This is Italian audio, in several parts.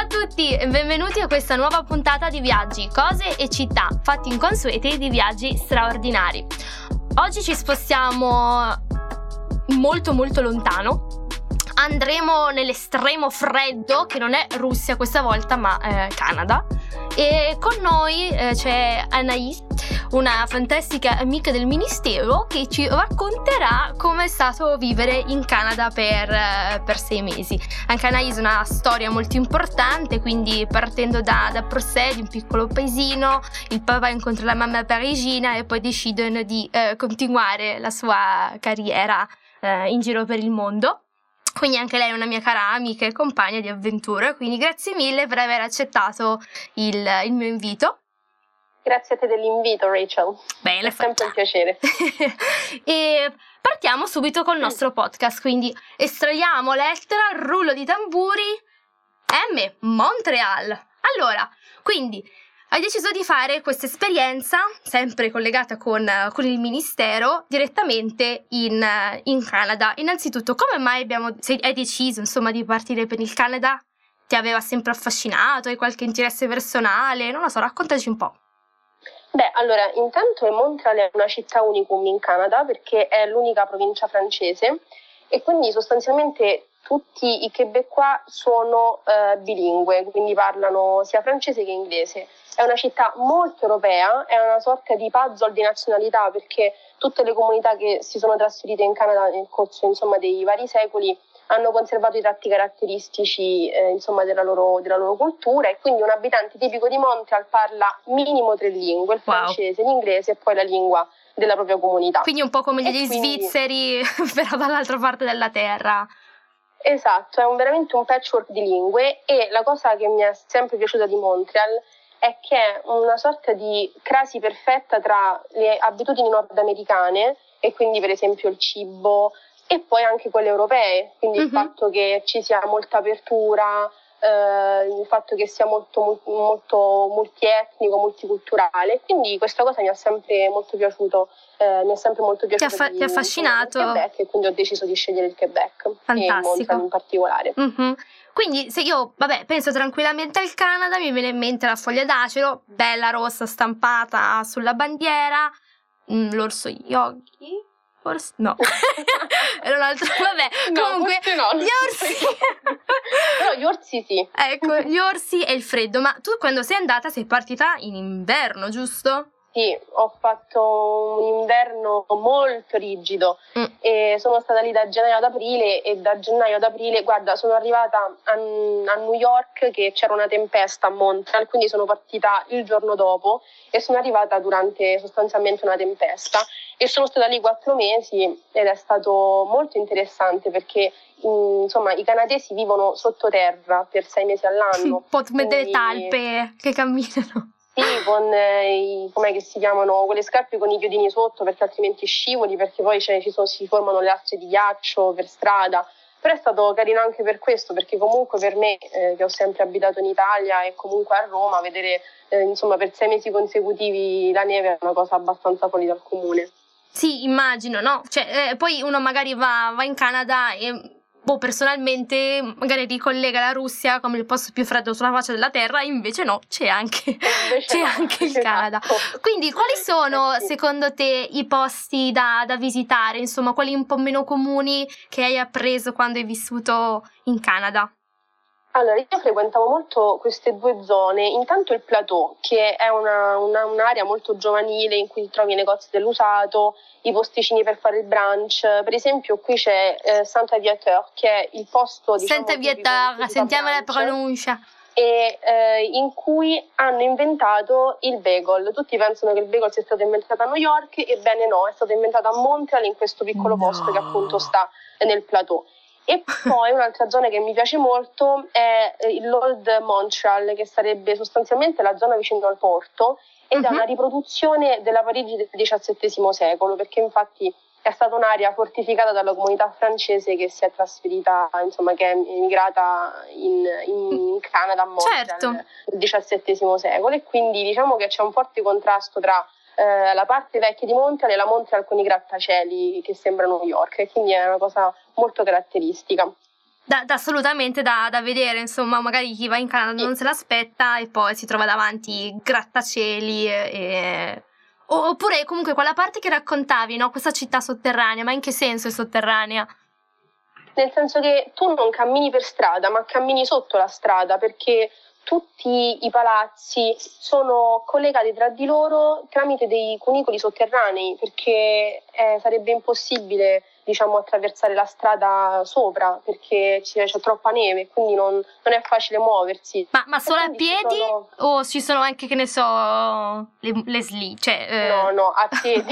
a tutti e benvenuti a questa nuova puntata di Viaggi, cose e città, fatti inconsueti di viaggi straordinari. Oggi ci spostiamo molto lontano. Andremo nell'estremo freddo, che non è Russia questa volta, ma Canada. E con noi c'è Anaïs, una fantastica amica del ministero, che ci racconterà come è stato vivere in Canada per 6 mesi. Anche Anaïs ha una storia molto importante, quindi partendo da Bruxelles, un piccolo paesino, il papà incontra la mamma parigina e poi decidono di continuare la sua carriera in giro per il mondo. Quindi anche lei è una mia cara amica e compagna di avventure, quindi grazie mille per aver accettato il mio invito. Grazie a te dell'invito, Rachel. Bene, è sempre un piacere. E partiamo subito col nostro podcast, quindi estraiamo lettera, rullo di tamburi, Montreal. Allora, quindi hai deciso di fare questa esperienza, sempre collegata con il ministero, direttamente in Canada. Innanzitutto, come mai hai deciso, insomma, di partire per il Canada? Ti aveva sempre affascinato? Hai qualche interesse personale? Non lo so, raccontaci un po'. Beh, allora, intanto Montreal è una città unicum in Canada perché è l'unica provincia francese e quindi sostanzialmente tutti i québécois sono bilingue, quindi parlano sia francese che inglese. È una città molto europea, è una sorta di puzzle di nazionalità perché tutte le comunità che si sono trasferite in Canada nel corso, insomma, dei vari secoli hanno conservato i tratti caratteristici insomma, della loro cultura, e quindi un abitante tipico di Montreal parla minimo 3 lingue, il francese, l'inglese e poi la lingua della propria comunità. Quindi un po' come gli svizzeri, però dall'altra parte della terra. Esatto, è veramente un patchwork di lingue, e la cosa che mi è sempre piaciuta di Montreal è che è una sorta di crasi perfetta tra le abitudini nordamericane, e quindi per esempio il cibo, e poi anche quelle europee, quindi il fatto che ci sia molta apertura, il fatto che sia molto multietnico, multiculturale, quindi questa cosa mi ha sempre molto piaciuto, Ti ha affascinato? Il Quebec, e quindi ho deciso di scegliere il Quebec. Fantastico. E Montreal in particolare. Quindi se io, penso tranquillamente al Canada, mi viene in mente la foglia d'acero, bella rossa stampata sulla bandiera, l'orso Yogi. Forse no. Era un altro, comunque no, gli orsi. Però gli orsi sì. Ecco, gli orsi e il freddo. Ma tu quando sei andata sei partita in inverno, giusto? Sì, ho fatto un inverno molto rigido e sono stata lì da gennaio ad aprile, e da gennaio ad aprile, guarda, sono arrivata a New York che c'era una tempesta a Montreal, quindi sono partita il giorno dopo e sono arrivata durante sostanzialmente una tempesta, e sono stata lì 4 mesi ed è stato molto interessante perché insomma i canadesi vivono sottoterra per 6 mesi all'anno. Un po' come delle talpe che camminano. Sì, con com'è che si chiamano, quelle scarpe con i chiodini sotto, perché altrimenti scivoli, perché poi si formano le lastre di ghiaccio per strada. Però è stato carino anche per questo, perché comunque per me, che ho sempre abitato in Italia e comunque a Roma, vedere insomma per 6 mesi consecutivi la neve è una cosa abbastanza fuori dal comune. Sì, immagino, no? Cioè, poi uno magari va in Canada e personalmente magari ricollega la Russia come il posto più freddo sulla faccia della terra, invece no, c'è anche il Canada. Quindi quali sono secondo te i posti da visitare, insomma, quelli un po' meno comuni che hai appreso quando hai vissuto in Canada? Allora, io frequentavo molto queste 2 zone, intanto il plateau, che è un'area molto giovanile in cui trovi i negozi dell'usato, i posticini per fare il brunch. Per esempio qui c'è Saint-Aviateur, che è il posto, diciamo, Saint-Aviateur, sentiamo la pronuncia. E in cui hanno inventato il bagel. Tutti pensano che il bagel sia stato inventato a New York, ebbene no, è stato inventato a Montreal, in questo piccolo posto che appunto sta nel plateau. E poi un'altra zona che mi piace molto è l'Old Montreal, che sarebbe sostanzialmente la zona vicino al porto, ed è una riproduzione della Parigi del XVII secolo, perché infatti è stata un'area fortificata dalla comunità francese che si è trasferita, insomma, che è emigrata in Canada, a Montreal, nel XVII secolo, e quindi diciamo che c'è un forte contrasto tra la parte vecchia di Montreal e la Montreal con i grattacieli che sembrano New York, e quindi è una cosa molto caratteristica. assolutamente da vedere, insomma, magari chi va in Canada non se l'aspetta e poi si trova davanti grattacieli oppure comunque quella parte che raccontavi, no? Questa città sotterranea, ma in che senso è sotterranea? Nel senso che tu non cammini per strada, ma cammini sotto la strada, perché tutti i palazzi sono collegati tra di loro tramite dei cunicoli sotterranei, perché sarebbe impossibile, diciamo, attraversare la strada sopra, perché c'è troppa neve, quindi non è facile muoversi. Ma solo a piedi o ci sono anche, che ne so, le sli? Cioè, No, a piedi.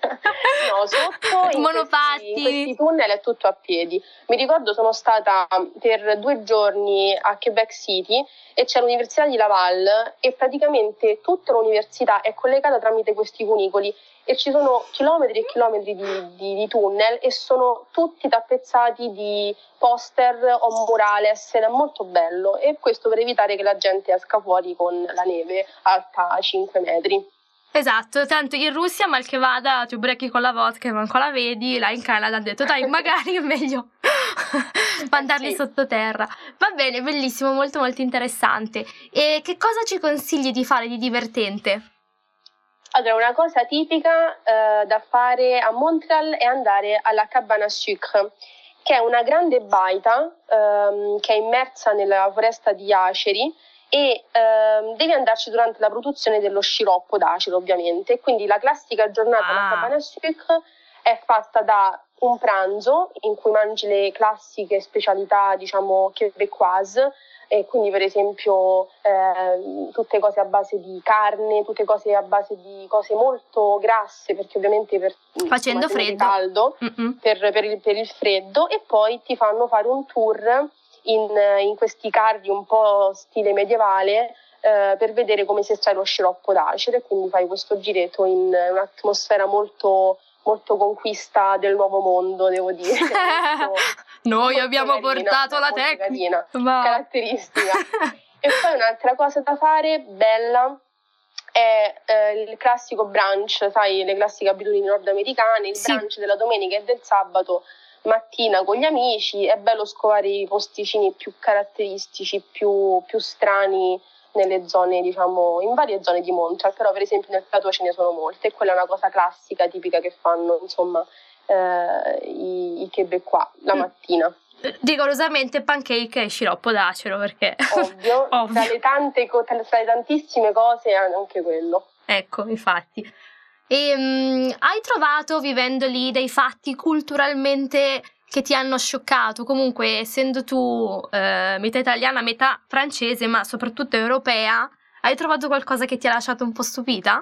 No, sotto monopatti. In questi tunnel è tutto a piedi. Mi ricordo sono stata per 2 giorni a Quebec City e c'è l'Università di Laval e praticamente tutta l'università è collegata tramite questi cunicoli e ci sono chilometri e chilometri di tunnel e sono tutti tappezzati di poster o murales ed è molto bello, e questo per evitare che la gente esca fuori con la neve alta 5 metri. Esatto, tanto in Russia mal che vada ti ubriachi con la vodka e manco la vedi, là in Canada hanno detto dai magari è meglio mandarli sottoterra. Va bene, bellissimo, molto molto interessante. E che cosa ci consigli di fare di divertente? Allora, una cosa tipica da fare a Montreal è andare alla Cabane à Sucre, che è una grande baita che è immersa nella foresta di aceri e devi andarci durante la produzione dello sciroppo d'acero, ovviamente. Quindi la classica giornata alla Cabane à Sucre è fatta da un pranzo in cui mangi le classiche specialità, diciamo, québécoise, e quindi per esempio tutte cose a base di carne, tutte cose a base di cose molto grasse, perché ovviamente facendo freddo, caldo, per il freddo, e poi ti fanno fare un tour in questi carri un po' stile medievale per vedere come si estrae lo sciroppo d'acero, e quindi fai questo giretto in un'atmosfera molto molto conquista del nuovo mondo, devo dire. Noi abbiamo portato la tecnica caratteristica. E poi un'altra cosa da fare bella è il classico brunch, sai, le classiche abitudini nordamericane, il brunch della domenica e del sabato mattina con gli amici. È bello scovare i posticini più caratteristici, più strani nelle zone, diciamo, in varie zone di Montreal, però per esempio nel plateau ce ne sono molte, e quella è una cosa classica, tipica che fanno, insomma, i québécois la mattina. Rigorosamente pancake e sciroppo d'acero, perché ovvio. Tra le tantissime cose anche quello. Ecco, infatti. E hai trovato, vivendo lì, dei fatti culturalmente che ti hanno scioccato? Comunque, essendo tu metà italiana, metà francese, ma soprattutto europea, hai trovato qualcosa che ti ha lasciato un po' stupita?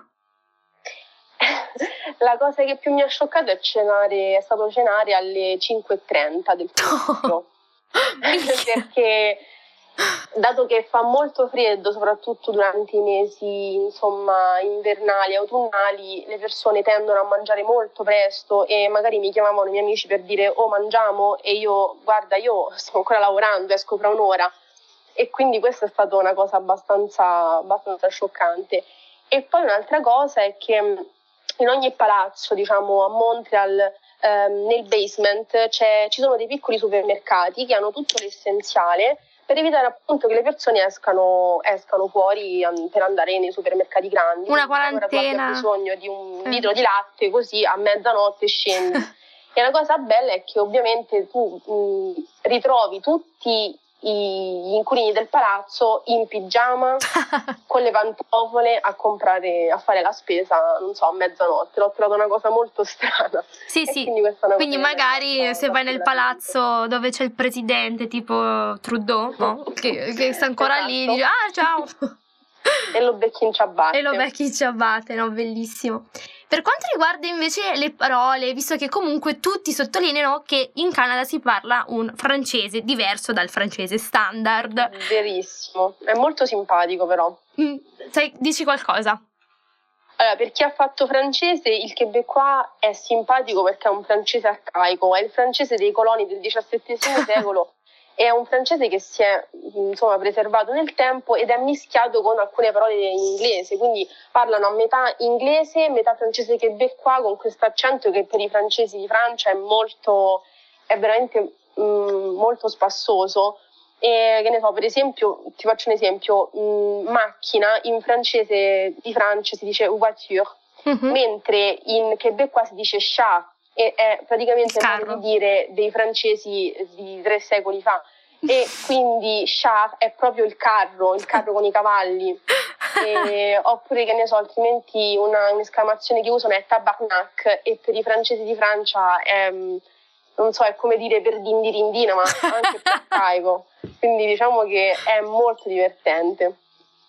La cosa che più mi ha scioccato è stato cenare alle 5:30 del pomeriggio. Perché dato che fa molto freddo, soprattutto durante i mesi, insomma, invernali, autunnali, le persone tendono a mangiare molto presto e magari mi chiamavano i miei amici per dire "oh, mangiamo", e io "guarda, io sto ancora lavorando, esco fra un'ora", e quindi questa è stata una cosa abbastanza scioccante. E poi un'altra cosa è che in ogni palazzo, diciamo, a Montreal, nel basement ci sono dei piccoli supermercati che hanno tutto l'essenziale per evitare appunto che le persone escano fuori per andare nei supermercati grandi. Una quarantena. Allora tu hai bisogno di un litro di latte, così a mezzanotte scendi. E la cosa bella è che ovviamente tu ritrovi tutti gli inquilini del palazzo in pigiama con le pantofole a fare la spesa, non so, a mezzanotte. L'ho trovata una cosa molto strana. Sì. Quindi magari se vai nel palazzo dove c'è il presidente, tipo Trudeau, no? che sta ancora lì, dice "ah, ciao", e lo becchi in ciabatte. No, bellissimo. Per quanto riguarda invece le parole, visto che comunque tutti sottolineano che in Canada si parla un francese diverso dal francese standard. Verissimo, è molto simpatico però. Dici qualcosa? Allora, per chi ha fatto francese, il québécois è simpatico perché è un francese arcaico, è il francese dei coloni del XVII secolo. È un francese che si è, insomma, preservato nel tempo ed è mischiato con alcune parole in inglese, quindi parlano a metà inglese, metà francese québécois, con questo accento che per i francesi di Francia è veramente molto spassoso. E che ne so, per esempio, ti faccio un esempio, macchina in francese di Francia si dice voiture, mentre in québécois si dice chat, e è praticamente il modo di dire dei francesi di 3 secoli fa, e quindi chat è proprio il carro con i cavalli. Oppure, che ne so, altrimenti un'esclamazione che usano è tabarnak, e per i francesi di Francia è, non so, è come dire per dindirindina, ma anche più arcaico. Quindi diciamo che è molto divertente.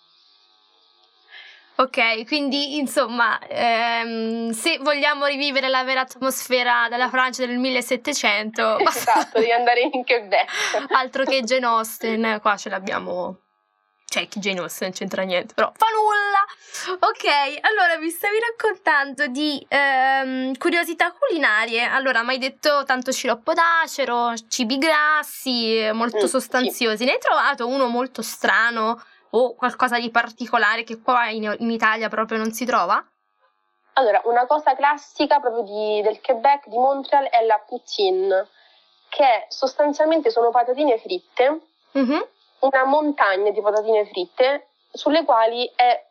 Ok, quindi insomma, se vogliamo rivivere la vera atmosfera della Francia del 1700, esatto, devi andare in Quebec. Altro che Jane Austen, qua ce l'abbiamo. Cioè, che Jane Austen non c'entra niente, però fa nulla. Ok, allora mi stavi raccontando di curiosità culinarie. Allora, mi hai detto tanto sciroppo d'acero, cibi grassi, molto sostanziosi. Sì. Ne hai trovato uno molto strano o qualcosa di particolare che qua in Italia proprio non si trova? Allora, una cosa classica proprio del Quebec, di Montreal, è la poutine, che sostanzialmente sono patatine fritte, una montagna di patatine fritte sulle quali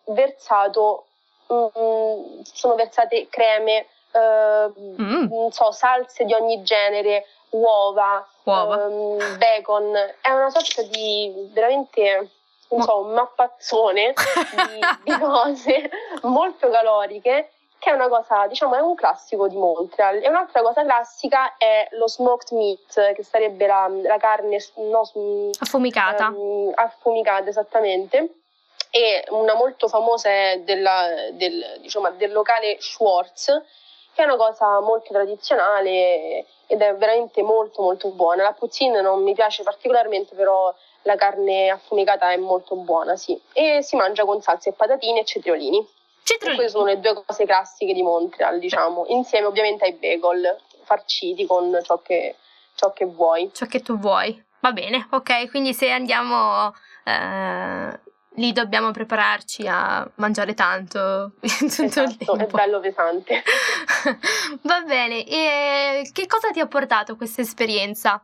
sono versate creme, non so, salse di ogni genere, uova. Bacon. È una sorta di veramente, non so, un mappazzone di cose molto caloriche, che è una cosa, diciamo, è un classico di Montreal. E un'altra cosa classica è lo smoked meat, che sarebbe la carne affumicata. Affumicata, esattamente. E una molto famosa è del locale Schwartz, che è una cosa molto tradizionale ed è veramente molto molto buona. La poutine non mi piace particolarmente, però la carne affumicata è molto buona, sì. E si mangia con salsa e patatine e cetriolini. Queste sono le 2 cose classiche di Montreal, diciamo, insieme ovviamente ai bagel farciti con ciò che vuoi. Ciò che tu vuoi. Va bene, ok, quindi se andiamo lì dobbiamo prepararci a mangiare tanto. Esatto, il tempo. È bello pesante. Va bene, e che cosa ti ha portato questa esperienza?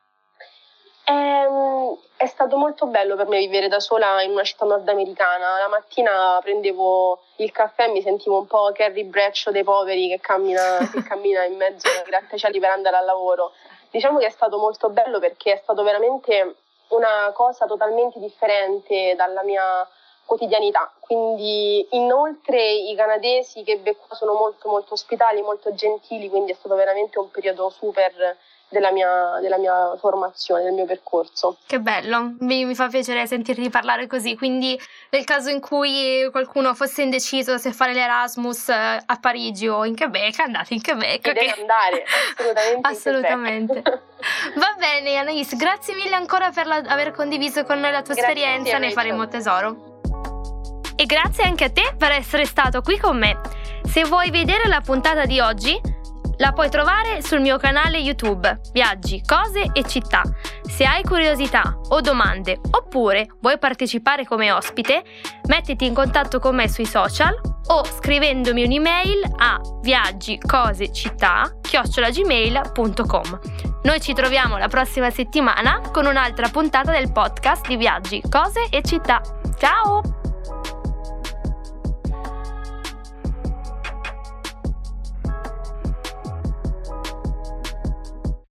È stato molto bello per me vivere da sola in una città nordamericana. La mattina prendevo il caffè e mi sentivo un po' Carrie Bradshaw dei poveri che cammina in mezzo ai grattacieli per andare al lavoro. Diciamo che è stato molto bello perché è stato veramente una cosa totalmente differente dalla mia quotidianità. Quindi inoltre i canadesi che qua sono molto molto ospitali, molto gentili, quindi è stato veramente un periodo super della mia formazione, del mio percorso. Che bello, mi fa piacere sentirti parlare così. Quindi nel caso in cui qualcuno fosse indeciso se fare l'Erasmus a Parigi o in Quebec, andate in Quebec. Deve andare, assolutamente. Va bene Anaïs, grazie mille ancora per aver condiviso con noi la tua esperienza, ne faremo tesoro. E grazie anche a te per essere stato qui con me. Se vuoi vedere la puntata di oggi, la puoi trovare sul mio canale YouTube, Viaggi, Cose e Città. Se hai curiosità o domande, oppure vuoi partecipare come ospite, mettiti in contatto con me sui social o scrivendomi un'email a viaggicosecittà@gmail.com. Noi ci troviamo la prossima settimana con un'altra puntata del podcast di Viaggi, Cose e Città. Ciao!